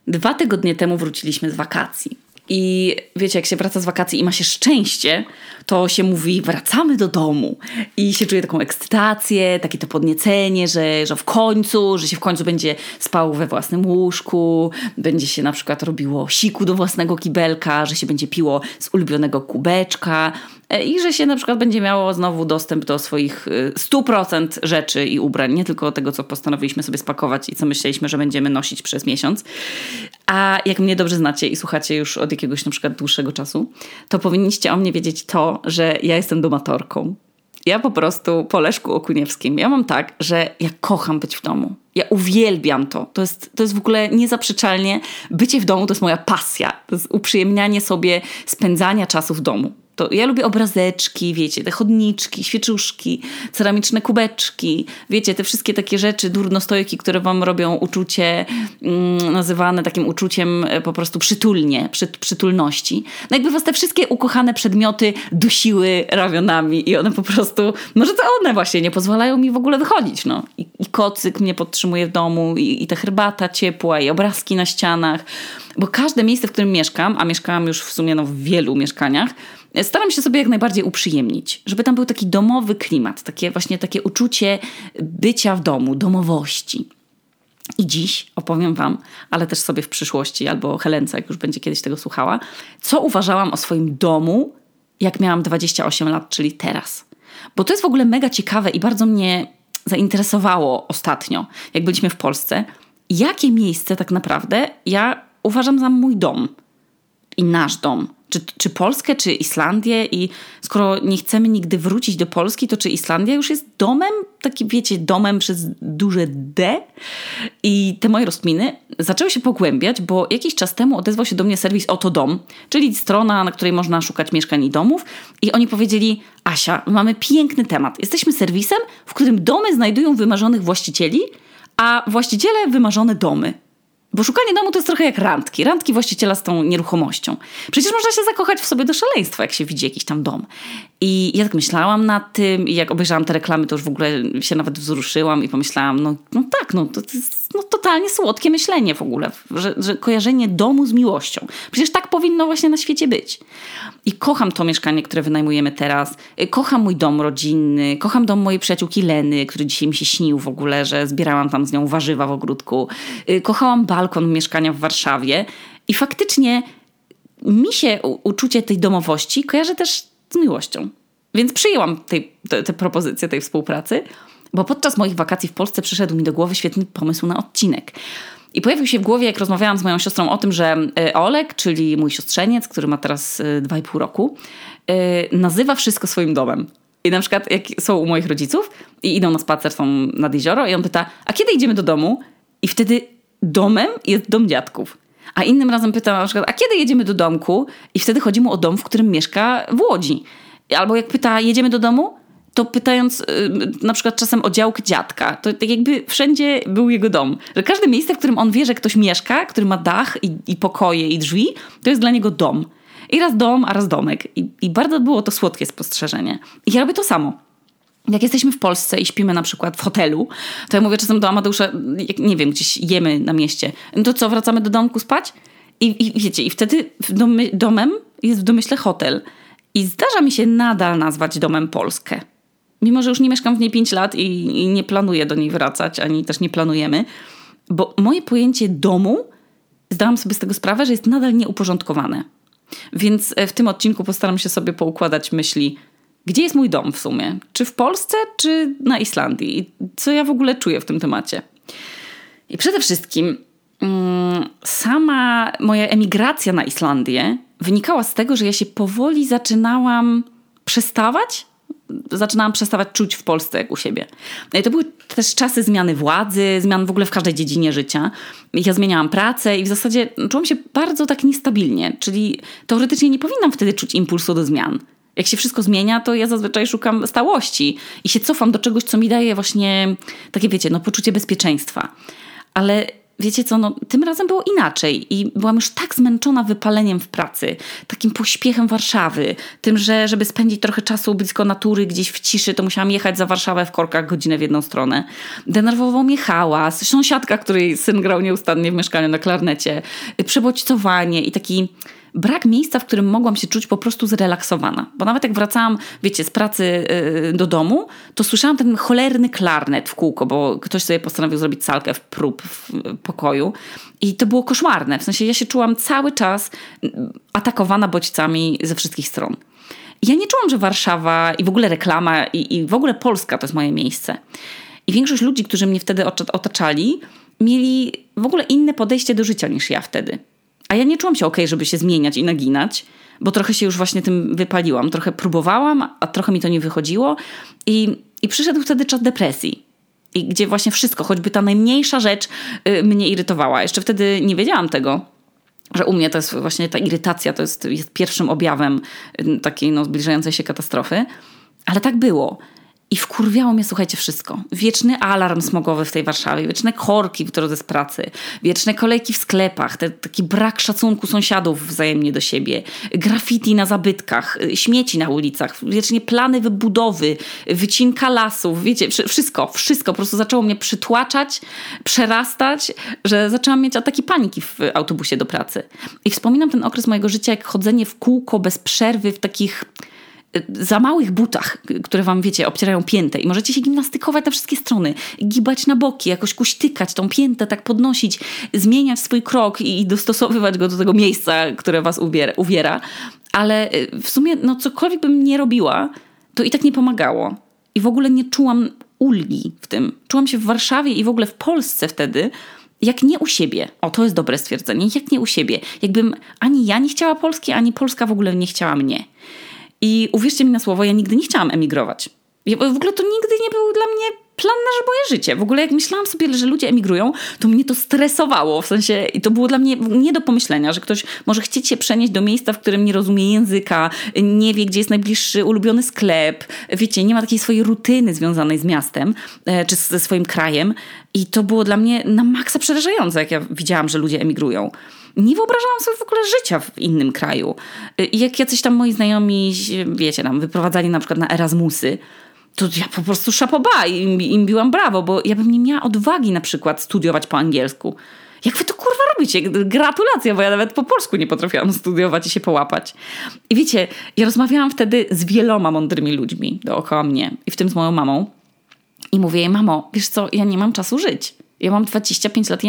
2 tygodnie temu wróciliśmy z wakacji. I wiecie, jak się wraca z wakacji i ma się szczęście, to się mówi, wracamy do domu. I się czuje taką ekscytację, takie to podniecenie, że w końcu, że się w końcu będzie spał we własnym łóżku, będzie się na przykład robiło siku do własnego kibelka, że się będzie piło z ulubionego kubeczka i że się na przykład będzie miało znowu dostęp do swoich 100% rzeczy i ubrań, nie tylko tego, co postanowiliśmy sobie spakować i co myśleliśmy, że będziemy nosić przez miesiąc. A jak mnie dobrze znacie i słuchacie już od jakiegoś na przykład dłuższego czasu, to powinniście o mnie wiedzieć to, że ja jestem domatorką. Ja po prostu po Leszku Okuniewskim, ja mam tak, że ja kocham być w domu. Ja uwielbiam to. To jest w ogóle niezaprzeczalnie. Bycie w domu to jest moja pasja. To jest uprzyjemnianie sobie spędzania czasu w domu. To ja lubię obrazeczki, wiecie, te chodniczki, świeczuszki, ceramiczne kubeczki, wiecie, te wszystkie takie rzeczy, durnostojki, które wam robią uczucie nazywane takim uczuciem po prostu przytulności. No jakby was te wszystkie ukochane przedmioty dusiły ramionami i one po prostu, może to one właśnie nie pozwalają mi w ogóle wychodzić, no. I kocyk mnie podtrzymuje w domu i ta herbata ciepła i obrazki na ścianach, bo każde miejsce, w którym mieszkam, a mieszkałam już w sumie w wielu mieszkaniach, staram się sobie jak najbardziej uprzyjemnić, żeby tam był taki domowy klimat, takie uczucie bycia w domu, domowości. I dziś opowiem wam, ale też sobie w przyszłości, albo Helence, jak już będzie kiedyś tego słuchała, co uważałam o swoim domu, jak miałam 28 lat, czyli teraz. Bo to jest w ogóle mega ciekawe i bardzo mnie zainteresowało ostatnio, jak byliśmy w Polsce, jakie miejsce tak naprawdę ja uważam za mój dom i nasz dom. Czy Polskę, czy Islandię i skoro nie chcemy nigdy wrócić do Polski, to czy Islandia już jest domem? Taki wiecie, domem przez duże D? I te moje rozkminy zaczęły się pogłębiać, bo jakiś czas temu odezwał się do mnie serwis Oto Dom, czyli strona, na której można szukać mieszkań i domów. I oni powiedzieli, Asia, mamy piękny temat. Jesteśmy serwisem, w którym domy znajdują wymarzonych właścicieli, a właściciele wymarzone domy. Bo szukanie domu to jest trochę jak randki. Randki właściciela z tą nieruchomością. Przecież można się zakochać w sobie do szaleństwa, jak się widzi jakiś tam dom. I ja tak myślałam nad tym i jak obejrzałam te reklamy, to już w ogóle się nawet wzruszyłam i pomyślałam, to jest totalnie słodkie myślenie w ogóle, że kojarzenie domu z miłością. Przecież tak powinno właśnie na świecie być. I kocham to mieszkanie, które wynajmujemy teraz. Kocham mój dom rodzinny. Kocham dom mojej przyjaciółki Leny, który dzisiaj mi się śnił w ogóle, że zbierałam tam z nią warzywa w ogródku. Kochałam balkon mieszkania w Warszawie. I faktycznie mi się uczucie tej domowości kojarzy też z miłością. Więc przyjęłam tę propozycję tej współpracy, bo podczas moich wakacji w Polsce przyszedł mi do głowy świetny pomysł na odcinek. I pojawił się w głowie, jak rozmawiałam z moją siostrą o tym, że Olek, czyli mój siostrzeniec, który ma teraz 2,5 roku, nazywa wszystko swoim domem. I na przykład jak są u moich rodziców i idą na spacer, są nad jezioro i on pyta, a kiedy idziemy do domu? I wtedy domem jest dom dziadków. A innym razem pyta na przykład, a kiedy jedziemy do domku? I wtedy chodzi mu o dom, w którym mieszka w Łodzi. Albo jak pyta, jedziemy do domu? To pytając na przykład czasem o działkę dziadka, to tak jakby wszędzie był jego dom. Że każde miejsce, w którym on wie, że ktoś mieszka, który ma dach i pokoje i drzwi, to jest dla niego dom. I raz dom, a raz domek. I bardzo było to słodkie spostrzeżenie. I ja robię to samo. Jak jesteśmy w Polsce i śpimy na przykład w hotelu, to ja mówię czasem do Amadeusza, jak, nie wiem, gdzieś jemy na mieście, no to co, wracamy do domku spać? I wiecie, i wtedy domem jest w domyśle hotel. I zdarza mi się nadal nazwać domem Polskę. Mimo że już nie mieszkam w niej 5 lat i nie planuję do niej wracać, ani też nie planujemy, bo moje pojęcie domu, zdałam sobie z tego sprawę, że jest nadal nieuporządkowane. Więc w tym odcinku postaram się sobie poukładać myśli, gdzie jest mój dom w sumie? Czy w Polsce, czy na Islandii? I co ja w ogóle czuję w tym temacie? I przede wszystkim sama moja emigracja na Islandię wynikała z tego, że ja się powoli zaczynałam przestawać czuć w Polsce jak u siebie. To były też czasy zmiany władzy, zmian w ogóle w każdej dziedzinie życia. Ja zmieniałam pracę i w zasadzie czułam się bardzo tak niestabilnie, czyli teoretycznie nie powinnam wtedy czuć impulsu do zmian. Jak się wszystko zmienia, to ja zazwyczaj szukam stałości i się cofam do czegoś, co mi daje właśnie takie, wiecie, poczucie bezpieczeństwa. Ale wiecie co, no tym razem było inaczej i byłam już tak zmęczona wypaleniem w pracy, takim pośpiechem Warszawy, tym, że żeby spędzić trochę czasu blisko natury, gdzieś w ciszy, to musiałam jechać za Warszawę w korkach godzinę w jedną stronę. Denerwował mnie hałas, sąsiadka, której syn grał nieustannie w mieszkaniu na klarnecie, przebodźcowanie i taki brak miejsca, w którym mogłam się czuć po prostu zrelaksowana. Bo nawet jak wracałam, wiecie, z pracy do domu, to słyszałam ten cholerny klarnet w kółko, bo ktoś sobie postanowił zrobić salkę w prób w pokoju. I to było koszmarne. W sensie ja się czułam cały czas atakowana bodźcami ze wszystkich stron. Ja nie czułam, że Warszawa i w ogóle reklama i w ogóle Polska to jest moje miejsce. I większość ludzi, którzy mnie wtedy otaczali, mieli w ogóle inne podejście do życia niż ja wtedy. A ja nie czułam się okej, żeby się zmieniać i naginać, bo trochę się już właśnie tym wypaliłam. Trochę próbowałam, a trochę mi to nie wychodziło. I przyszedł wtedy czas depresji. I gdzie właśnie wszystko, choćby ta najmniejsza rzecz mnie irytowała. Jeszcze wtedy nie wiedziałam tego, że u mnie to jest właśnie ta irytacja, to jest pierwszym objawem takiej zbliżającej się katastrofy. Ale tak było. I wkurwiało mnie, słuchajcie, wszystko. Wieczny alarm smogowy w tej Warszawie, wieczne korki w drodze z pracy, wieczne kolejki w sklepach, taki brak szacunku sąsiadów wzajemnie do siebie, graffiti na zabytkach, śmieci na ulicach, wiecznie plany wybudowy, wycinka lasów, wiecie, wszystko po prostu zaczęło mnie przytłaczać, przerastać, że zaczęłam mieć ataki paniki w autobusie do pracy. I wspominam ten okres mojego życia jak chodzenie w kółko bez przerwy w takich za małych butach, które wam, wiecie, obcierają piętę i możecie się gimnastykować na wszystkie strony, gibać na boki, jakoś kuśtykać tą piętę, tak podnosić, zmieniać swój krok i dostosowywać go do tego miejsca, które was uwiera. Ale w sumie, cokolwiek bym nie robiła, to i tak nie pomagało. I w ogóle nie czułam ulgi w tym. Czułam się w Warszawie i w ogóle w Polsce wtedy jak nie u siebie. O, to jest dobre stwierdzenie. Jak nie u siebie. Jakbym ani ja nie chciała Polski, ani Polska w ogóle nie chciała mnie. I uwierzcie mi na słowo, ja nigdy nie chciałam emigrować. W ogóle to nigdy nie był dla mnie plan na moje życie. W ogóle jak myślałam sobie, że ludzie emigrują, to mnie to stresowało. W sensie, i to było dla mnie nie do pomyślenia, że ktoś może chcieć się przenieść do miejsca, w którym nie rozumie języka, nie wie, gdzie jest najbliższy ulubiony sklep. Wiecie, nie ma takiej swojej rutyny związanej z miastem, czy ze swoim krajem. I to było dla mnie na maksa przerażające, jak ja widziałam, że ludzie emigrują. Nie wyobrażałam sobie w ogóle życia w innym kraju. I jak jacyś tam moi znajomi, wiecie, wyprowadzali na przykład na Erasmusy, to ja po prostu szapoba im biłam brawo, bo ja bym nie miała odwagi na przykład studiować po angielsku. Jak wy to kurwa robicie? Gratulacje, bo ja nawet po polsku nie potrafiłam studiować i się połapać. I wiecie, ja rozmawiałam wtedy z wieloma mądrymi ludźmi dookoła mnie, i w tym z moją mamą. I mówię jej, mamo, wiesz co, ja nie mam czasu żyć. Ja mam 25 lat,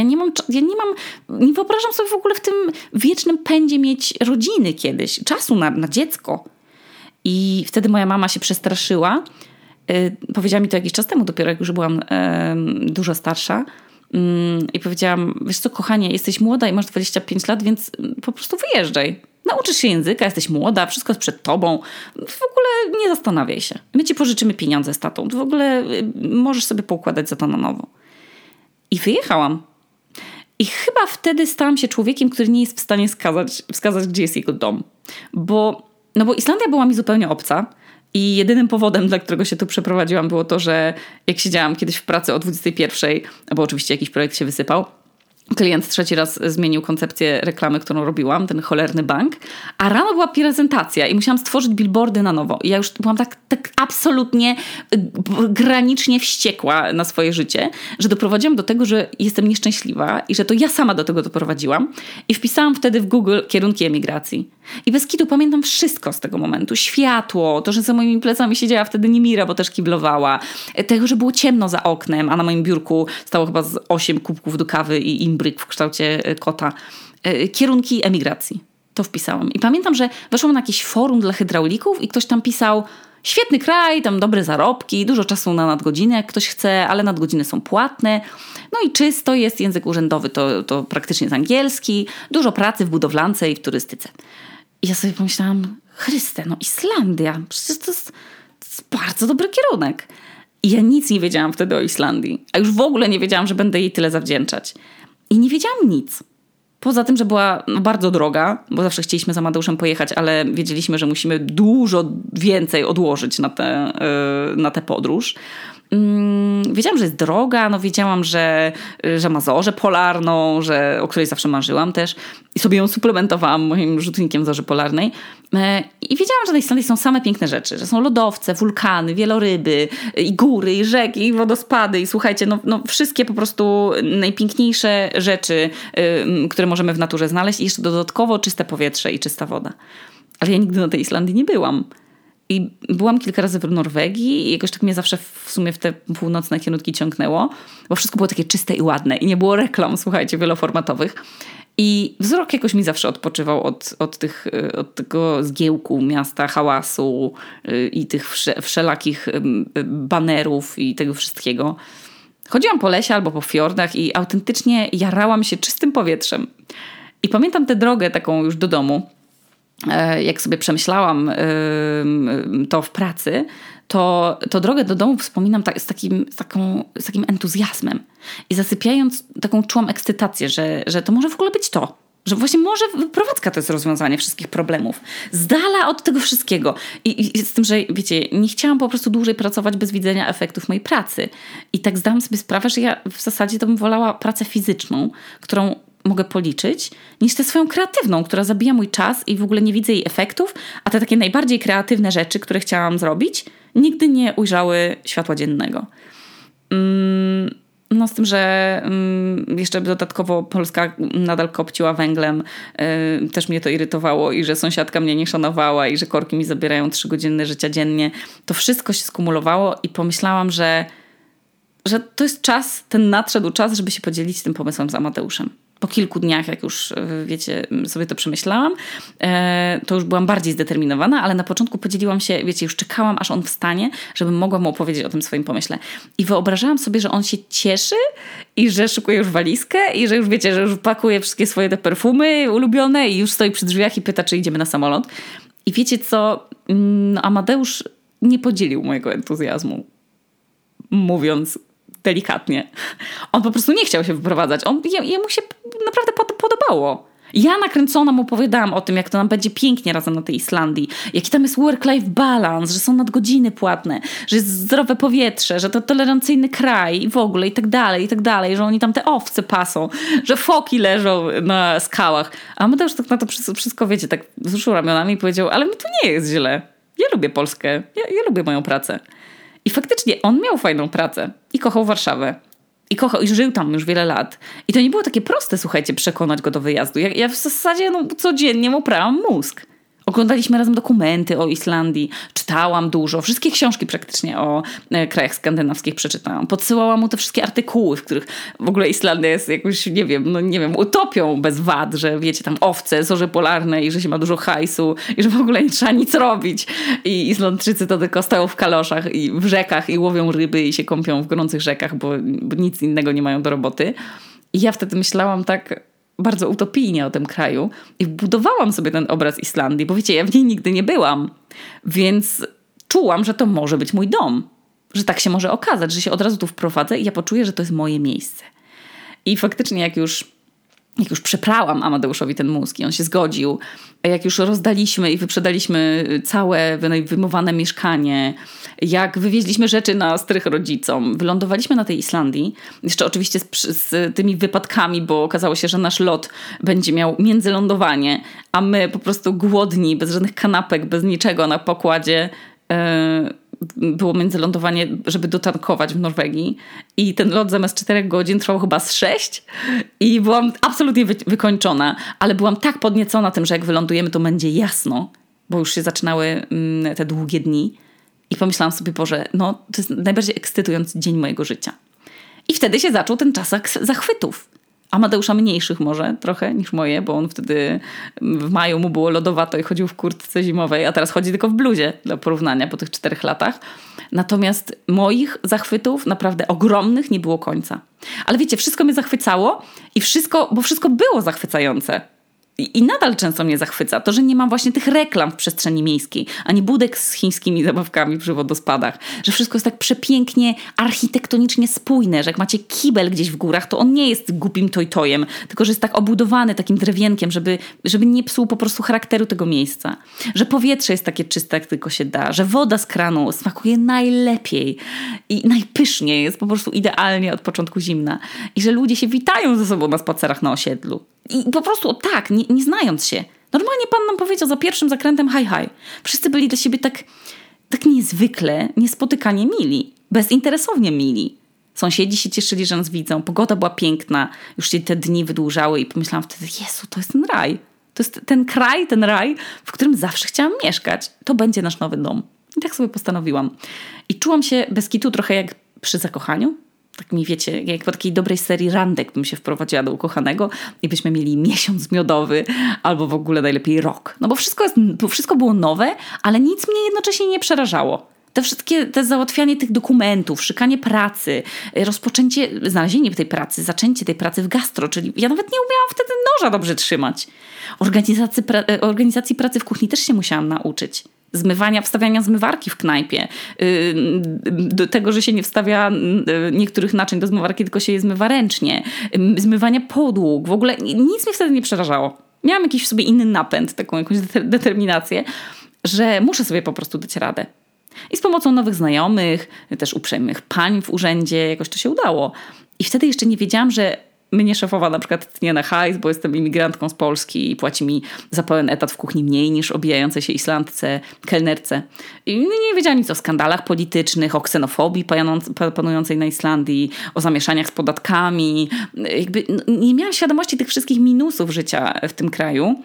nie wyobrażam sobie w ogóle w tym wiecznym pędzie mieć rodziny kiedyś, czasu na dziecko. I wtedy moja mama się przestraszyła. Powiedziała mi to jakiś czas temu, dopiero jak już byłam dużo starsza. I powiedziałam, wiesz co, kochanie, jesteś młoda i masz 25 lat, więc po prostu wyjeżdżaj. Nauczysz się języka, jesteś młoda, wszystko jest przed tobą. W ogóle nie zastanawiaj się. My ci pożyczymy pieniądze z tatą. W ogóle możesz sobie poukładać za to na nowo. I wyjechałam. I chyba wtedy stałam się człowiekiem, który nie jest w stanie wskazać, gdzie jest jego dom. Bo Islandia była mi zupełnie obca. I jedynym powodem, dla którego się tu przeprowadziłam, było to, że jak siedziałam kiedyś w pracy o 21:00, bo oczywiście jakiś projekt się wysypał, klient trzeci raz zmienił koncepcję reklamy, którą robiłam, ten cholerny bank, a rano była prezentacja i musiałam stworzyć billboardy na nowo. I ja już byłam tak absolutnie granicznie wściekła na swoje życie, że doprowadziłam do tego, że jestem nieszczęśliwa i że to ja sama do tego doprowadziłam. I wpisałam wtedy w Google kierunki emigracji. I bez kitu pamiętam wszystko z tego momentu. Światło, to, że za moimi plecami siedziała wtedy Nimira, bo też kiblowała. Tego, że było ciemno za oknem, a na moim biurku stało chyba z 8 kubków do kawy i imbryk w kształcie kota. Kierunki emigracji. To wpisałam. I pamiętam, że weszłam na jakieś forum dla hydraulików i ktoś tam pisał: świetny kraj, tam dobre zarobki, dużo czasu na nadgodziny, jak ktoś chce, ale nadgodziny są płatne. No i czysto jest język urzędowy, to praktycznie jest angielski. Dużo pracy w budowlance i w turystyce. I ja sobie pomyślałam, Chryste, Islandia, przecież to jest bardzo dobry kierunek. I ja nic nie wiedziałam wtedy o Islandii. A już w ogóle nie wiedziałam, że będę jej tyle zawdzięczać. I nie wiedziałam nic. Poza tym, że była bardzo droga, bo zawsze chcieliśmy z Amadeuszem pojechać, ale wiedzieliśmy, że musimy dużo więcej odłożyć na tę podróż. wiedziałam, że jest droga, no wiedziałam, że ma zorzę polarną, o której zawsze marzyłam też i sobie ją suplementowałam moim rzutnikiem zorzy polarnej. I wiedziałam, że na Islandii są same piękne rzeczy, że są lodowce, wulkany, wieloryby, i góry, i rzeki, i wodospady. I słuchajcie, no wszystkie po prostu najpiękniejsze rzeczy, które możemy w naturze znaleźć i jeszcze dodatkowo czyste powietrze i czysta woda. Ale ja nigdy na tej Islandii nie byłam. I byłam kilka razy w Norwegii i jakoś tak mnie zawsze w sumie w te północne kierunki ciągnęło, bo wszystko było takie czyste i ładne i nie było reklam, słuchajcie, wieloformatowych. I wzrok jakoś mi zawsze odpoczywał od tego zgiełku miasta, hałasu i tych wszelakich banerów i tego wszystkiego. Chodziłam po lesie albo po fiordach i autentycznie jarałam się czystym powietrzem. I pamiętam tę drogę taką już do domu, jak sobie przemyślałam to w pracy, to drogę do domu wspominam z takim entuzjazmem. I zasypiając taką czułam ekscytację, że to może w ogóle być to. Że właśnie może wyprowadzka to jest rozwiązanie wszystkich problemów. Z dala od tego wszystkiego. I z tym, że wiecie, nie chciałam po prostu dłużej pracować bez widzenia efektów mojej pracy. I tak zdałam sobie sprawę, że ja w zasadzie to bym wolała pracę fizyczną, którą mogę policzyć, niż tę swoją kreatywną, która zabija mój czas i w ogóle nie widzę jej efektów, a te takie najbardziej kreatywne rzeczy, które chciałam zrobić, nigdy nie ujrzały światła dziennego. No z tym, że jeszcze dodatkowo Polska nadal kopciła węglem, też mnie to irytowało i że sąsiadka mnie nie szanowała i że korki mi zabierają 3 godziny życia dziennie. To wszystko się skumulowało i pomyślałam, że to jest czas, nadszedł czas, żeby się podzielić tym pomysłem z Amadeuszem. Po kilku dniach, jak już, wiecie, sobie to przemyślałam, to już byłam bardziej zdeterminowana, ale na początku podzieliłam się, wiecie, już czekałam, aż on wstanie, żebym mogła mu opowiedzieć o tym swoim pomyśle. I wyobrażałam sobie, że on się cieszy i że szykuje już walizkę i że już, wiecie, że już pakuje wszystkie swoje te perfumy ulubione i już stoi przy drzwiach i pyta, czy idziemy na samolot. I wiecie co? Amadeusz nie podzielił mojego entuzjazmu, mówiąc delikatnie. On po prostu nie chciał się wyprowadzać. Jemu się naprawdę podobało. Ja nakręcona mu opowiadałam o tym, jak to nam będzie pięknie razem na tej Islandii. Jaki tam jest work-life balance, że są nadgodziny płatne, że jest zdrowe powietrze, że to tolerancyjny kraj i w ogóle i tak dalej, że oni tam te owce pasą, że foki leżą na skałach. A Amadeusz tak na to wszystko, wiecie, tak wzruszył ramionami i powiedział, ale mi tu nie jest źle. Ja lubię Polskę. Ja lubię moją pracę. I faktycznie on miał fajną pracę i kochał Warszawę. I żył tam już wiele lat. I to nie było takie proste, słuchajcie, przekonać go do wyjazdu. Ja w zasadzie codziennie mu prałam mózg. Oglądaliśmy razem dokumenty o Islandii. Czytałam dużo. Wszystkie książki praktycznie o krajach skandynawskich przeczytałam. Podsyłałam mu te wszystkie artykuły, w których w ogóle Islandia jest jakąś, nie wiem, utopią bez wad, że wiecie, tam owce, zorze polarne i że się ma dużo hajsu i że w ogóle nie trzeba nic robić. I Islandczycy to tylko stoją w kaloszach i w rzekach i łowią ryby i się kąpią w gorących rzekach, bo nic innego nie mają do roboty. I ja wtedy myślałam tak bardzo utopijnie o tym kraju i budowałam sobie ten obraz Islandii, bo wiecie, ja w niej nigdy nie byłam, więc czułam, że to może być mój dom, że tak się może okazać, że się od razu tu wprowadzę i ja poczuję, że to jest moje miejsce. I faktycznie jak już przeprałam Amadeuszowi ten mózg i on się zgodził, jak już rozdaliśmy i wyprzedaliśmy całe wynajmowane mieszkanie, jak wywieźliśmy rzeczy na strych rodzicom, wylądowaliśmy na tej Islandii, jeszcze oczywiście z tymi wypadkami, bo okazało się, że nasz lot będzie miał międzylądowanie, a my po prostu głodni, bez żadnych kanapek, bez niczego na pokładzie, było międzylądowanie, żeby dotankować w Norwegii i ten lot zamiast 4 godzin trwał chyba z 6 i byłam absolutnie wykończona, ale byłam tak podniecona tym, że jak wylądujemy, to będzie jasno, bo już się zaczynały te długie dni i pomyślałam sobie, Boże, to jest najbardziej ekscytujący dzień mojego życia. I wtedy się zaczął ten czas zachwytów. Amadeusza mniejszych może trochę niż moje, bo on wtedy w maju mu było lodowato i chodził w kurtce zimowej, a teraz chodzi tylko w bluzie dla porównania po tych 4 latach. Natomiast moich zachwytów naprawdę ogromnych nie było końca. Ale wiecie, wszystko mnie zachwycało bo wszystko było zachwycające. I nadal często mnie zachwyca to, że nie mam właśnie tych reklam w przestrzeni miejskiej, ani budek z chińskimi zabawkami przy wodospadach, że wszystko jest tak przepięknie, architektonicznie spójne, że jak macie kibel gdzieś w górach, to on nie jest głupim toj-tojem, tylko że jest tak obudowany takim drewienkiem, żeby nie psuł po prostu charakteru tego miejsca. Że powietrze jest takie czyste, jak tylko się da, że woda z kranu smakuje najlepiej i najpyszniej, jest po prostu idealnie od początku zimna. I że ludzie się witają ze sobą na spacerach na osiedlu. I po prostu tak, nie znając się. Normalnie pan nam powiedział za pierwszym zakrętem hi. Wszyscy byli dla siebie tak niezwykle, niespotykanie mili. Bezinteresownie mili. Sąsiedzi się cieszyli, że nas widzą. Pogoda była piękna. Już się te dni wydłużały i pomyślałam wtedy, Jezu, to jest ten raj. To jest ten kraj, ten raj, w którym zawsze chciałam mieszkać. To będzie nasz nowy dom. I tak sobie postanowiłam. I czułam się bez kitu trochę jak przy zakochaniu. Tak mi wiecie, jak po takiej dobrej serii randek bym się wprowadziła do ukochanego i byśmy mieli miesiąc miodowy albo w ogóle najlepiej rok. No bo wszystko było nowe, ale nic mnie jednocześnie nie przerażało. Te załatwianie tych dokumentów, szukanie pracy, znalezienie tej pracy, zaczęcie tej pracy w gastro, czyli ja nawet nie umiałam wtedy noża dobrze trzymać. Organizacji pracy w kuchni też się musiałam nauczyć. Wstawiania zmywarki w knajpie, do tego, że się nie wstawia niektórych naczyń do zmywarki, tylko się je zmywa ręcznie, zmywania podłóg, w ogóle nic mnie wtedy nie przerażało. Miałam jakiś w sobie inny napęd, taką jakąś determinację, że muszę sobie po prostu dać radę. I z pomocą nowych znajomych, też uprzejmych pań w urzędzie, jakoś to się udało. I wtedy jeszcze nie wiedziałam, że mnie szefowa na przykład tnie na hajs, bo jestem imigrantką z Polski i płaci mi za pełen etat w kuchni mniej niż obijającej się Islandce, kelnerce. I nie wiedziałam nic o skandalach politycznych, o ksenofobii panującej na Islandii, o zamieszaniach z podatkami. Nie miałam świadomości tych wszystkich minusów życia w tym kraju.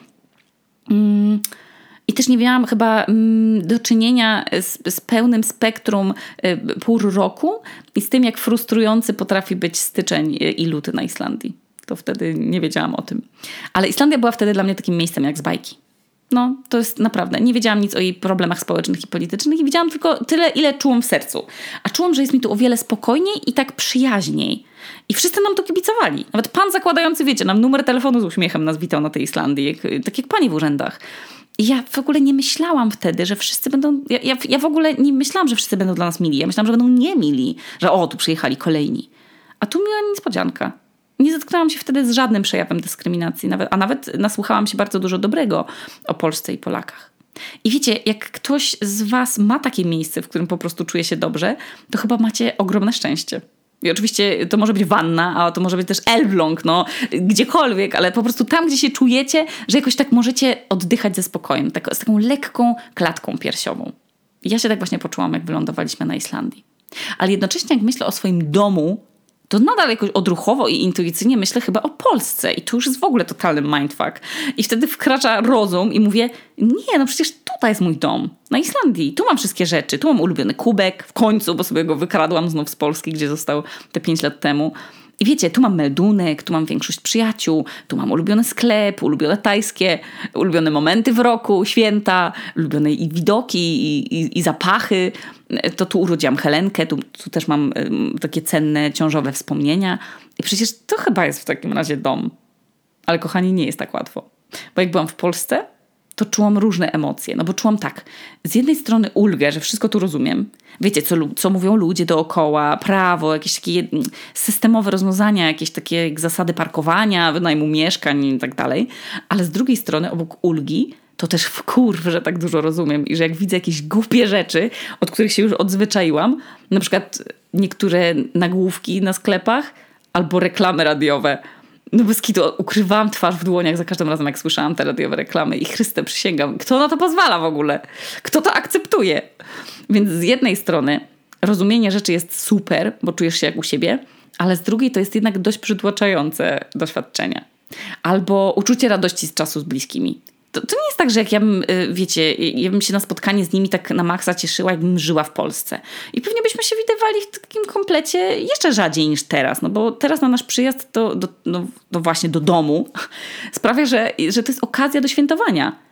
I też nie miałam chyba do czynienia z pełnym spektrum pór roku i z tym, jak frustrujący potrafi być styczeń i luty na Islandii. To wtedy nie wiedziałam o tym. Ale Islandia była wtedy dla mnie takim miejscem jak z bajki. No, to jest naprawdę. Nie wiedziałam nic o jej problemach społecznych i politycznych i wiedziałam tylko tyle, ile czułam w sercu. A czułam, że jest mi tu o wiele spokojniej i tak przyjaźniej. I wszyscy nam to kibicowali. Nawet pan zakładający, wiecie, nam numer telefonu z uśmiechem nas witał na tej Islandii, tak jak pani w urzędach. I ja w ogóle nie myślałam wtedy, że wszyscy będą... Ja w ogóle nie myślałam, że wszyscy będą dla nas mili. Ja myślałam, że będą niemili. Że tu przyjechali kolejni. A tu miała niespodzianka. Nie zetknęłam się wtedy z żadnym przejawem dyskryminacji. A nawet nasłuchałam się bardzo dużo dobrego o Polsce i Polakach. I wiecie, jak ktoś z was ma takie miejsce, w którym po prostu czuje się dobrze, to chyba macie ogromne szczęście. I oczywiście to może być wanna, a to może być też Elbląg, gdziekolwiek, ale po prostu tam, gdzie się czujecie, że jakoś tak możecie oddychać ze spokojem, z taką lekką klatką piersiową. I ja się tak właśnie poczułam, jak wylądowaliśmy na Islandii. Ale jednocześnie, jak myślę o swoim domu, to nadal jakoś odruchowo i intuicyjnie myślę chyba o Polsce. I to już jest w ogóle totalny mindfuck. I wtedy wkracza rozum i mówię, nie, przecież tutaj jest mój dom. Na Islandii. Tu mam wszystkie rzeczy. Tu mam ulubiony kubek w końcu, bo sobie go wykradłam znów z Polski, gdzie został te 5 lat temu. I wiecie, tu mam meldunek, tu mam większość przyjaciół, tu mam ulubiony sklep, ulubione tajskie, ulubione momenty w roku, święta, ulubione i widoki, i zapachy. To tu urodziłam Helenkę, tu też mam takie cenne, ciążowe wspomnienia. I przecież to chyba jest w takim razie dom. Ale kochani, nie jest tak łatwo. Bo jak byłam w Polsce, to czułam różne emocje. No bo czułam tak, z jednej strony ulgę, że wszystko tu rozumiem. Wiecie, co mówią ludzie dookoła, prawo, jakieś takie systemowe rozwiązania, jakieś takie jak zasady parkowania, wynajmu mieszkań i tak dalej. Ale z drugiej strony obok ulgi to też że tak dużo rozumiem i że jak widzę jakieś głupie rzeczy, od których się już odzwyczaiłam, na przykład niektóre nagłówki na sklepach albo reklamy radiowe. No bez kitu, ukrywałam twarz w dłoniach za każdym razem, jak słyszałam te radiowe reklamy i Chryste, przysięgam, kto na to pozwala w ogóle? Kto to akceptuje? Więc z jednej strony rozumienie rzeczy jest super, bo czujesz się jak u siebie, ale z drugiej to jest jednak dość przytłaczające doświadczenie. Albo uczucie radości z czasu z bliskimi. To nie jest tak, że jak ja bym, wiecie, ja bym się na spotkanie z nimi tak na maksa cieszyła, jakbym żyła w Polsce. I pewnie byśmy się widywali w takim komplecie jeszcze rzadziej niż teraz. No bo teraz na nasz przyjazd właśnie do domu sprawia, że to jest okazja do świętowania.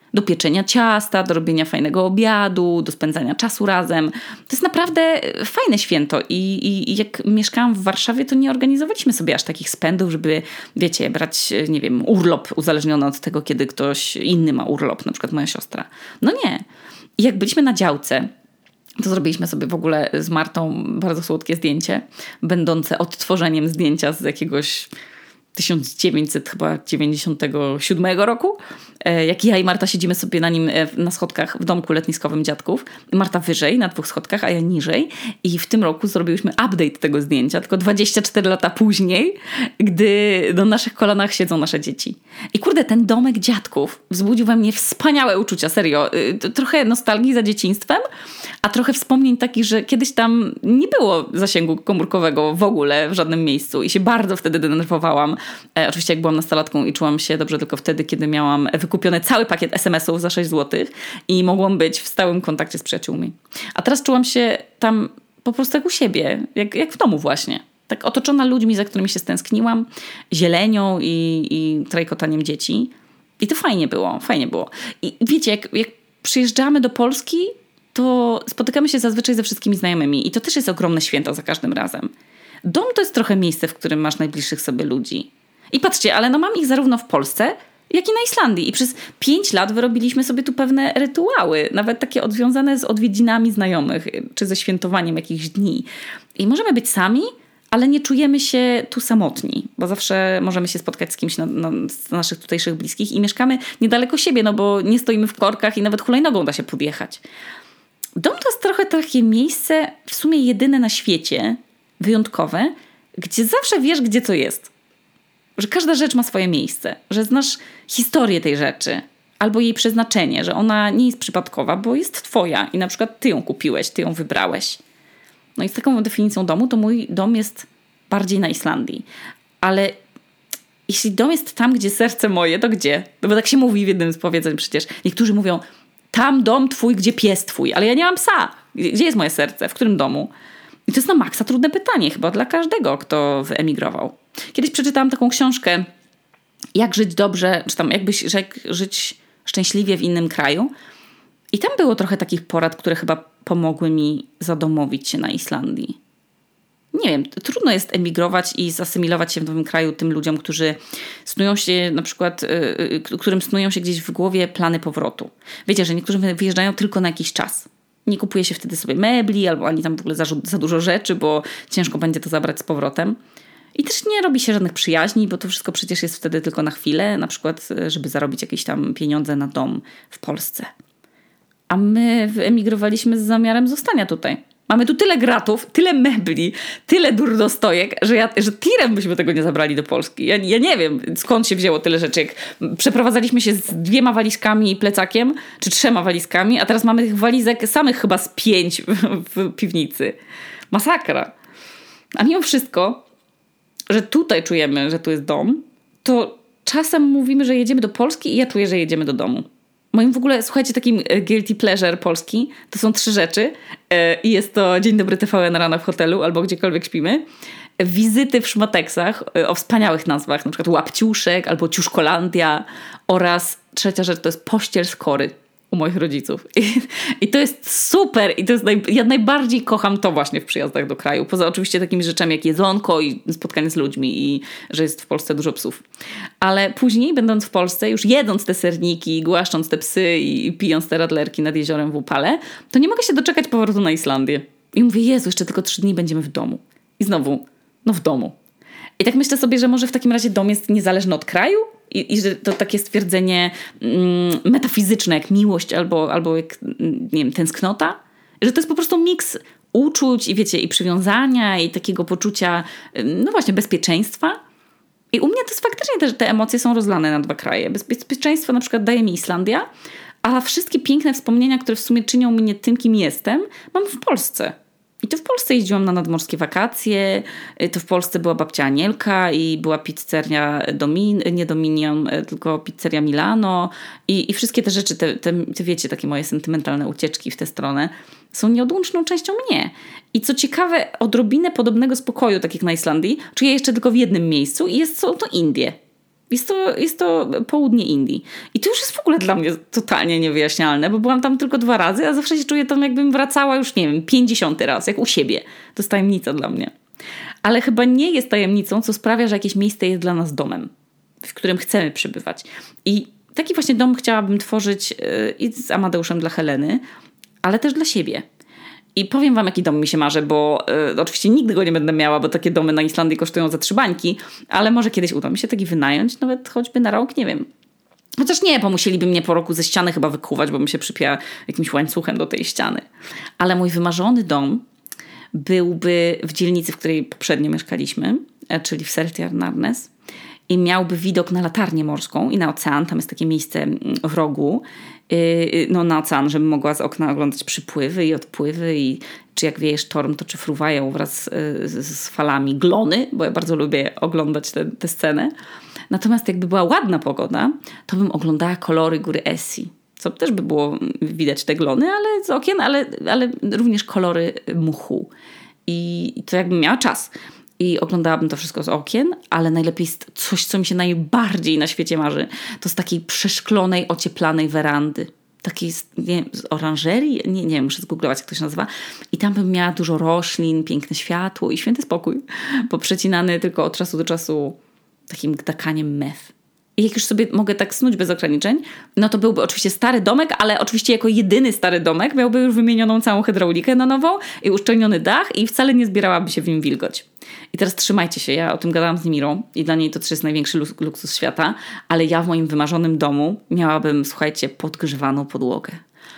Do pieczenia ciasta, do robienia fajnego obiadu, do spędzania czasu razem. To jest naprawdę fajne święto i jak mieszkałam w Warszawie, to nie organizowaliśmy sobie aż takich spędów, żeby, wiecie, brać, nie wiem, urlop uzależniony od tego, kiedy ktoś inny ma urlop, na przykład moja siostra. No nie. I jak byliśmy na działce, to zrobiliśmy sobie w ogóle z Martą bardzo słodkie zdjęcie, będące odtworzeniem zdjęcia z jakiegoś 1997 roku, jak ja i Marta siedzimy sobie na nim na schodkach w domku letniskowym dziadków. Marta wyżej, na 2 schodkach, a ja niżej. I w tym roku zrobiłyśmy update tego zdjęcia, tylko 24 lata później, gdy na naszych kolanach siedzą nasze dzieci. I kurde, ten domek dziadków wzbudził we mnie wspaniałe uczucia, serio. Trochę nostalgii za dzieciństwem, a trochę wspomnień takich, że kiedyś tam nie było zasięgu komórkowego w ogóle w żadnym miejscu i się bardzo wtedy denerwowałam. Oczywiście jak byłam nastolatką i czułam się dobrze tylko wtedy, kiedy miałam wykupiony cały pakiet SMS-ów za 6 zł i mogłam być w stałym kontakcie z przyjaciółmi. A teraz czułam się tam po prostu jak u siebie, jak w domu właśnie. Tak otoczona ludźmi, za którymi się stęskniłam, zielenią i trajkotaniem dzieci. I to fajnie było. I wiecie, jak przyjeżdżamy do Polski, to spotykamy się zazwyczaj ze wszystkimi znajomymi i to też jest ogromne święto za każdym razem. Dom to jest trochę miejsce, w którym masz najbliższych sobie ludzi. I patrzcie, ale no mam ich zarówno w Polsce, jak i na Islandii. I przez 5 lat wyrobiliśmy sobie tu pewne rytuały, nawet takie odwiązane z odwiedzinami znajomych, czy ze świętowaniem jakichś dni. I możemy być sami, ale nie czujemy się tu samotni, bo zawsze możemy się spotkać z kimś z naszych tutejszych bliskich i mieszkamy niedaleko siebie, no bo nie stoimy w korkach i nawet hulajnogą da się podjechać. Dom to jest trochę takie miejsce, w sumie jedyne na świecie, wyjątkowe, gdzie zawsze wiesz, gdzie to jest. Że każda rzecz ma swoje miejsce, że znasz historię tej rzeczy albo jej przeznaczenie, że ona nie jest przypadkowa, bo jest twoja i na przykład ty ją kupiłeś, ty ją wybrałeś. No i z taką definicją domu, to mój dom jest bardziej na Islandii. Ale jeśli dom jest tam, gdzie serce moje, to gdzie? No bo tak się mówi w jednym z powiedzeń przecież. Niektórzy mówią, tam dom twój, gdzie pies twój. Ale ja nie mam psa. Gdzie jest moje serce? W którym domu? I to jest na maksa trudne pytanie chyba dla każdego, kto wyemigrował. Kiedyś przeczytałam taką książkę Jak żyć dobrze, czy tam jak żyć szczęśliwie w innym kraju. I tam było trochę takich porad, które chyba pomogły mi zadomowić się na Islandii. Nie wiem, trudno jest emigrować i zasymilować się w nowym kraju tym ludziom, którzy snują się na przykład, którym snują się gdzieś w głowie plany powrotu. Wiecie, że niektórzy wyjeżdżają tylko na jakiś czas. Nie kupuje się wtedy sobie mebli albo ani tam w ogóle za dużo rzeczy, bo ciężko będzie to zabrać z powrotem. I też nie robi się żadnych przyjaźni, bo to wszystko przecież jest wtedy tylko na chwilę, na przykład żeby zarobić jakieś tam pieniądze na dom w Polsce. A my wyemigrowaliśmy z zamiarem zostania tutaj. Mamy tu tyle gratów, tyle mebli, tyle durdostojek, że tirem byśmy tego nie zabrali do Polski. Ja nie wiem, skąd się wzięło tyle rzeczy. Jak przeprowadzaliśmy się z 2 walizkami i plecakiem, czy 3 walizkami, a teraz mamy tych walizek samych chyba z 5 w piwnicy. Masakra. A mimo wszystko, że tutaj czujemy, że tu jest dom, to czasem mówimy, że jedziemy do Polski i ja czuję, że jedziemy do domu. Moim w ogóle, słuchajcie, takim guilty pleasure Polski to są 3 rzeczy i jest to Dzień dobry TVN rano w hotelu albo gdziekolwiek śpimy. Wizyty w szmateksach o wspaniałych nazwach, na przykład Łapciuszek albo Ciuszkolandia oraz 3. rzecz to jest pościel z kory u moich rodziców. I to jest super i to jest ja najbardziej kocham to właśnie w przyjazdach do kraju. Poza oczywiście takimi rzeczami jak jedzonko i spotkanie z ludźmi i że jest w Polsce dużo psów. Ale później, będąc w Polsce, już jedząc te serniki, głaszcząc te psy i pijąc te radlerki nad jeziorem w upale, to nie mogę się doczekać powrotu na Islandię. I mówię, Jezu, jeszcze tylko 3 dni będziemy w domu. I znowu, w domu. I tak myślę sobie, że może w takim razie dom jest niezależny od kraju i że to takie stwierdzenie metafizyczne jak miłość albo jak, nie wiem, tęsknota. Że to jest po prostu miks uczuć i wiecie, i przywiązania i takiego poczucia, no właśnie, bezpieczeństwa. I u mnie to jest faktycznie też te emocje są rozlane na 2 kraje. Bezpieczeństwo na przykład daje mi Islandia, a wszystkie piękne wspomnienia, które w sumie czynią mnie tym, kim jestem, mam w Polsce. I to w Polsce jeździłam na nadmorskie wakacje, to w Polsce była babcia Anielka i była pizzeria nie Dominion, tylko pizzeria Milano i wszystkie te rzeczy, te wiecie, takie moje sentymentalne ucieczki w tę stronę są nieodłączną częścią mnie. I co ciekawe, odrobinę podobnego spokoju, tak jak na Islandii, czuję jeszcze tylko w jednym miejscu i są to Indie. Jest to południe Indii. I to już jest w ogóle dla mnie totalnie niewyjaśnialne, bo byłam tam tylko 2 razy, a zawsze się czuję tam, jakbym wracała już, nie wiem, 50 raz, jak u siebie. To jest tajemnica dla mnie. Ale chyba nie jest tajemnicą, co sprawia, że jakieś miejsce jest dla nas domem, w którym chcemy przebywać. I taki właśnie dom chciałabym tworzyć i z Amadeuszem dla Heleny, ale też dla siebie. I powiem wam, jaki dom mi się marzy, bo oczywiście nigdy go nie będę miała, bo takie domy na Islandii kosztują za 3 bańki, ale może kiedyś uda mi się taki wynająć, nawet choćby na rok, nie wiem. Chociaż nie, bo musieliby mnie po roku ze ściany chyba wykuwać, bo bym się przypięła jakimś łańcuchem do tej ściany. Ale mój wymarzony dom byłby w dzielnicy, w której poprzednio mieszkaliśmy, czyli w Seltjarnarnes, i miałby widok na latarnię morską i na ocean. Tam jest takie miejsce w rogu, na ocean, żebym mogła z okna oglądać przypływy i odpływy i czy jak wieje sztorm, to czy fruwają wraz z falami glony, bo ja bardzo lubię oglądać tę scenę. Natomiast jakby była ładna pogoda, to bym oglądała kolory góry Essi, co też by było widać te glony, ale z okien, ale również kolory mchu. I to jakbym miała czas. I oglądałabym to wszystko z okien, ale najlepiej coś, co mi się najbardziej na świecie marzy, to z takiej przeszklonej, ocieplanej werandy. Takiej z oranżerii? Nie wiem, muszę zgooglować, jak to się nazywa. I tam bym miała dużo roślin, piękne światło i święty spokój, poprzecinany tylko od czasu do czasu takim gdakaniem mef. I jak już sobie mogę tak snuć bez ograniczeń, no to byłby oczywiście stary domek, ale oczywiście jako jedyny stary domek miałby już wymienioną całą hydraulikę na nową i uszczelniony dach i wcale nie zbierałaby się w nim wilgoć. I teraz trzymajcie się, ja o tym gadałam z Nimirą i dla niej to też jest największy luksus świata, ale ja w moim wymarzonym domu miałabym, słuchajcie, podgrzewaną podłogę.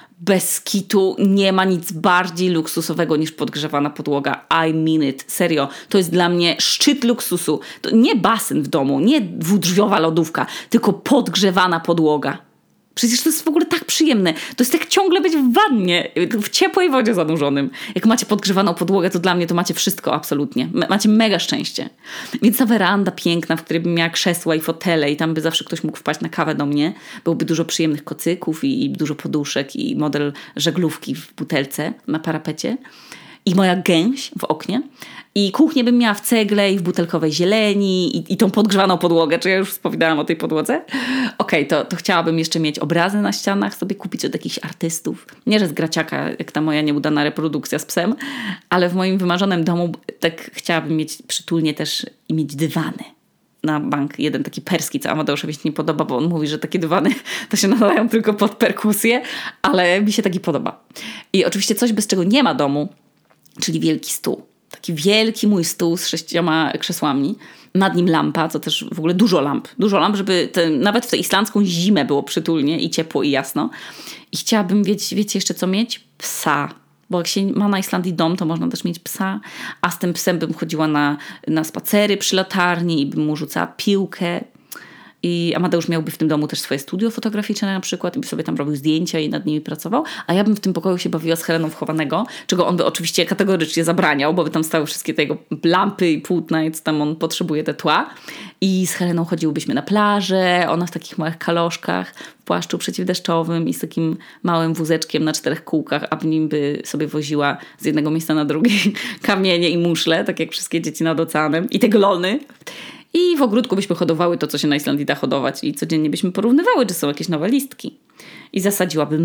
Bez kitu nie ma nic bardziej luksusowego niż podgrzewana podłoga. I mean it. Serio. To jest dla mnie szczyt luksusu. To nie basen w domu, nie dwudrzwiowa lodówka, tylko podgrzewana podłoga. Przecież to jest w ogóle tak przyjemne. To jest jak ciągle być w wannie, w ciepłej wodzie zanurzonym. Jak macie podgrzewaną podłogę, to dla mnie to macie wszystko absolutnie. Macie mega szczęście. Więc ta weranda piękna, w której bym miała krzesła i fotele i tam by zawsze ktoś mógł wpaść na kawę do mnie. Byłoby dużo przyjemnych kocyków i dużo poduszek i model żaglówki w butelce na parapecie. I moja gęś w oknie. I kuchnię bym miała w cegle i w butelkowej zieleni i tą podgrzewaną podłogę. Czy ja już wspominałam o tej podłodze? Okej, to chciałabym jeszcze mieć obrazy na ścianach, sobie kupić od jakichś artystów. Nie, że z graciaka, jak ta moja nieudana reprodukcja z psem, ale w moim wymarzonym domu tak chciałabym mieć przytulnie też i mieć dywany. Na bank jeden taki perski, co Amadeuszowi się nie podoba, bo on mówi, że takie dywany to się nadają tylko pod perkusję, ale mi się taki podoba. I oczywiście coś, bez czego nie ma domu, czyli wielki stół. Taki wielki mój stół z 6 krzesłami. Nad nim lampa, co też w ogóle dużo lamp, żeby nawet w tę islandzką zimę było przytulnie i ciepło i jasno. I chciałabym, wiecie jeszcze co mieć? Psa. Bo jak się ma na Islandii dom, to można też mieć psa. A z tym psem bym chodziła na spacery przy latarni i bym mu rzucała piłkę. I Amadeusz miałby w tym domu też swoje studio fotograficzne na przykład i by sobie tam robił zdjęcia i nad nimi pracował, a ja bym w tym pokoju się bawiła z Heleną wchowanego, czego on by oczywiście kategorycznie zabraniał, bo by tam stały wszystkie te jego lampy i płótna i co tam on potrzebuje, te tła. I z Heleną chodziłybyśmy na plażę, ona w takich małych kaloszkach, w płaszczu przeciwdeszczowym i z takim małym wózeczkiem na 4 kółkach, a w nim by sobie woziła z jednego miejsca na drugie kamienie i muszle, tak jak wszystkie dzieci nad oceanem i te glony. I w ogródku byśmy hodowały to, co się na Islandii da hodować i codziennie byśmy porównywały, czy są jakieś nowe listki. I zasadziłabym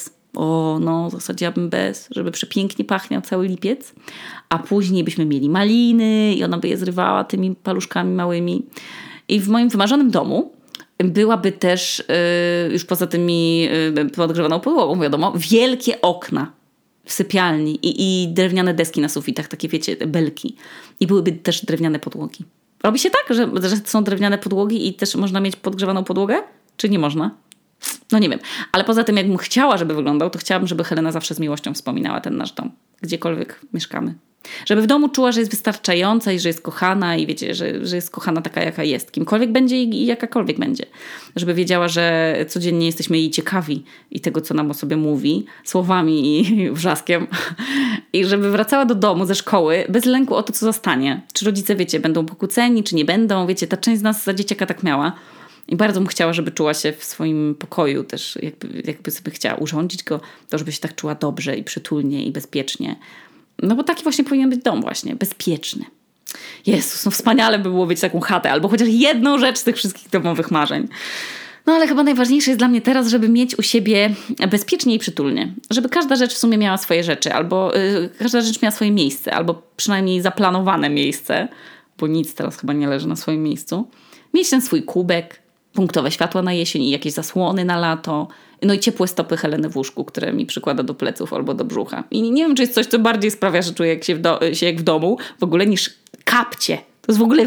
bez, żeby przepięknie pachniał cały lipiec. A później byśmy mieli maliny i ona by je zrywała tymi paluszkami małymi. I w moim wymarzonym domu byłaby też, już poza tymi podgrzewaną podłogą, wiadomo, wielkie okna w sypialni i drewniane deski na sufitach, takie wiecie, belki. I byłyby też drewniane podłogi. Robi się tak, że są drewniane podłogi i też można mieć podgrzewaną podłogę? Czy nie można? No nie wiem. Ale poza tym, jakbym chciała, żeby wyglądał, to chciałabym, żeby Helena zawsze z miłością wspominała ten nasz dom. Gdziekolwiek mieszkamy. Żeby w domu czuła, że jest wystarczająca i że jest kochana i wiecie, że jest kochana taka, jaka jest. Kimkolwiek będzie i jakakolwiek będzie. Żeby wiedziała, że codziennie jesteśmy jej ciekawi i tego, co nam o sobie mówi, słowami i wrzaskiem. I żeby wracała do domu ze szkoły bez lęku o to, co zostanie. Czy rodzice, wiecie, będą pokłóceni, czy nie będą. Wiecie, ta część z nas za dzieciaka tak miała. I bardzo bym chciała, żeby czuła się w swoim pokoju też, jakby sobie chciała urządzić go, to żeby się tak czuła dobrze i przytulnie i bezpiecznie. No bo taki właśnie powinien być dom właśnie, bezpieczny. Jezus, no wspaniale by było mieć taką chatę, albo chociaż jedną rzecz z tych wszystkich domowych marzeń. No ale chyba najważniejsze jest dla mnie teraz, żeby mieć u siebie bezpiecznie i przytulnie. Żeby każda rzecz w sumie miała swoje rzeczy, albo każda rzecz miała swoje miejsce, albo przynajmniej zaplanowane miejsce, bo nic teraz chyba nie leży na swoim miejscu. Mieć ten swój kubek, punktowe światła na jesień i jakieś zasłony na lato. No i ciepłe stopy Heleny w łóżku, które mi przykłada do pleców albo do brzucha. I nie wiem, czy jest coś, co bardziej sprawia, że czuję się jak w domu, w ogóle niż kapcie. To jest w ogóle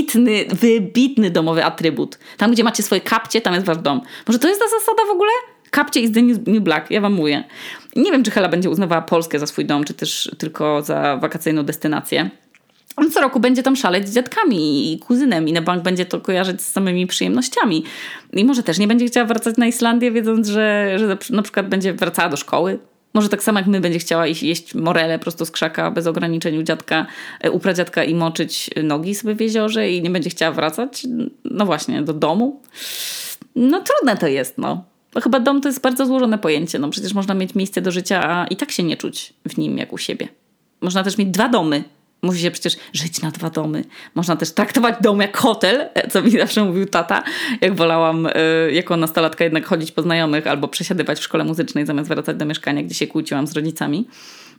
wybitny domowy atrybut. Tam, gdzie macie swoje kapcie, tam jest wasz dom. Może to jest ta zasada w ogóle? Kapcie is the new black, ja wam mówię. Nie wiem, czy Hela będzie uznawała Polskę za swój dom, czy też tylko za wakacyjną destynację. On co roku będzie tam szaleć z dziadkami i kuzynem i na bank będzie to kojarzyć z samymi przyjemnościami. I może też nie będzie chciała wracać na Islandię, wiedząc, że na przykład będzie wracała do szkoły. Może tak samo jak my będzie chciała jeść morele prosto z krzaka bez ograniczeń u pradziadka i moczyć nogi sobie w jeziorze i nie będzie chciała wracać, no właśnie, do domu. No trudne to jest, no. Bo chyba dom to jest bardzo złożone pojęcie. No przecież można mieć miejsce do życia, a i tak się nie czuć w nim jak u siebie. Można też mieć 2 domy. Mówi się przecież żyć na 2 domy. Można też traktować dom jak hotel, co mi zawsze mówił tata, jak wolałam jako nastolatka jednak chodzić po znajomych albo przesiadywać w szkole muzycznej zamiast wracać do mieszkania, gdzie się kłóciłam z rodzicami.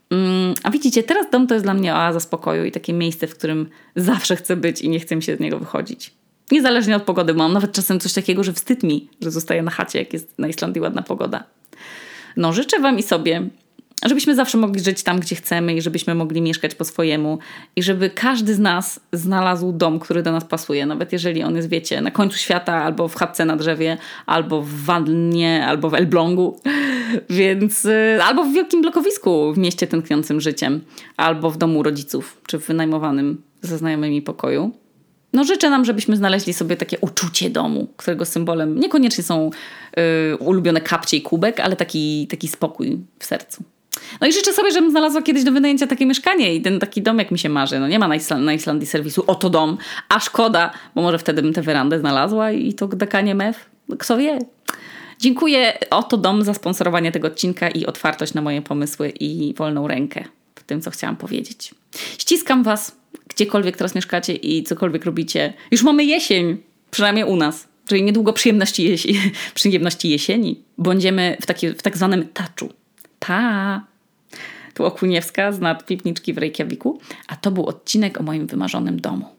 A widzicie, teraz dom to jest dla mnie oaza spokoju i takie miejsce, w którym zawsze chcę być i nie chcę mi się z niego wychodzić. Niezależnie od pogody, bo mam nawet czasem coś takiego, że wstyd mi, że zostaję na chacie, jak jest na Islandii ładna pogoda. No życzę wam i sobie, żebyśmy zawsze mogli żyć tam, gdzie chcemy i żebyśmy mogli mieszkać po swojemu i żeby każdy z nas znalazł dom, który do nas pasuje, nawet jeżeli on jest, wiecie, na końcu świata, albo w chatce na drzewie, albo w wannie, albo w Elblągu, więc albo w wielkim blokowisku w mieście tętniącym życiem, albo w domu rodziców, czy w wynajmowanym ze znajomymi pokoju. No życzę nam, żebyśmy znaleźli sobie takie uczucie domu, którego symbolem niekoniecznie są ulubione kapcie i kubek, ale taki spokój w sercu. No i życzę sobie, żebym znalazła kiedyś do wynajęcia takie mieszkanie i ten taki dom, jak mi się marzy. No nie ma na Islandii serwisu oto dom, a szkoda, bo może wtedy bym tę werandę znalazła i to dekanie mew. No kto wie. Dziękuję Oto Dom za sponsorowanie tego odcinka i otwartość na moje pomysły i wolną rękę w tym, co chciałam powiedzieć. Ściskam was, gdziekolwiek teraz mieszkacie i cokolwiek robicie. Już mamy jesień, przynajmniej u nas. Czyli niedługo przyjemności jesieni. Będziemy w tak zwanym taczu. Tu Okuniewska z Nadpiwniczki w Reykjaviku, a to był odcinek o moim wymarzonym domu.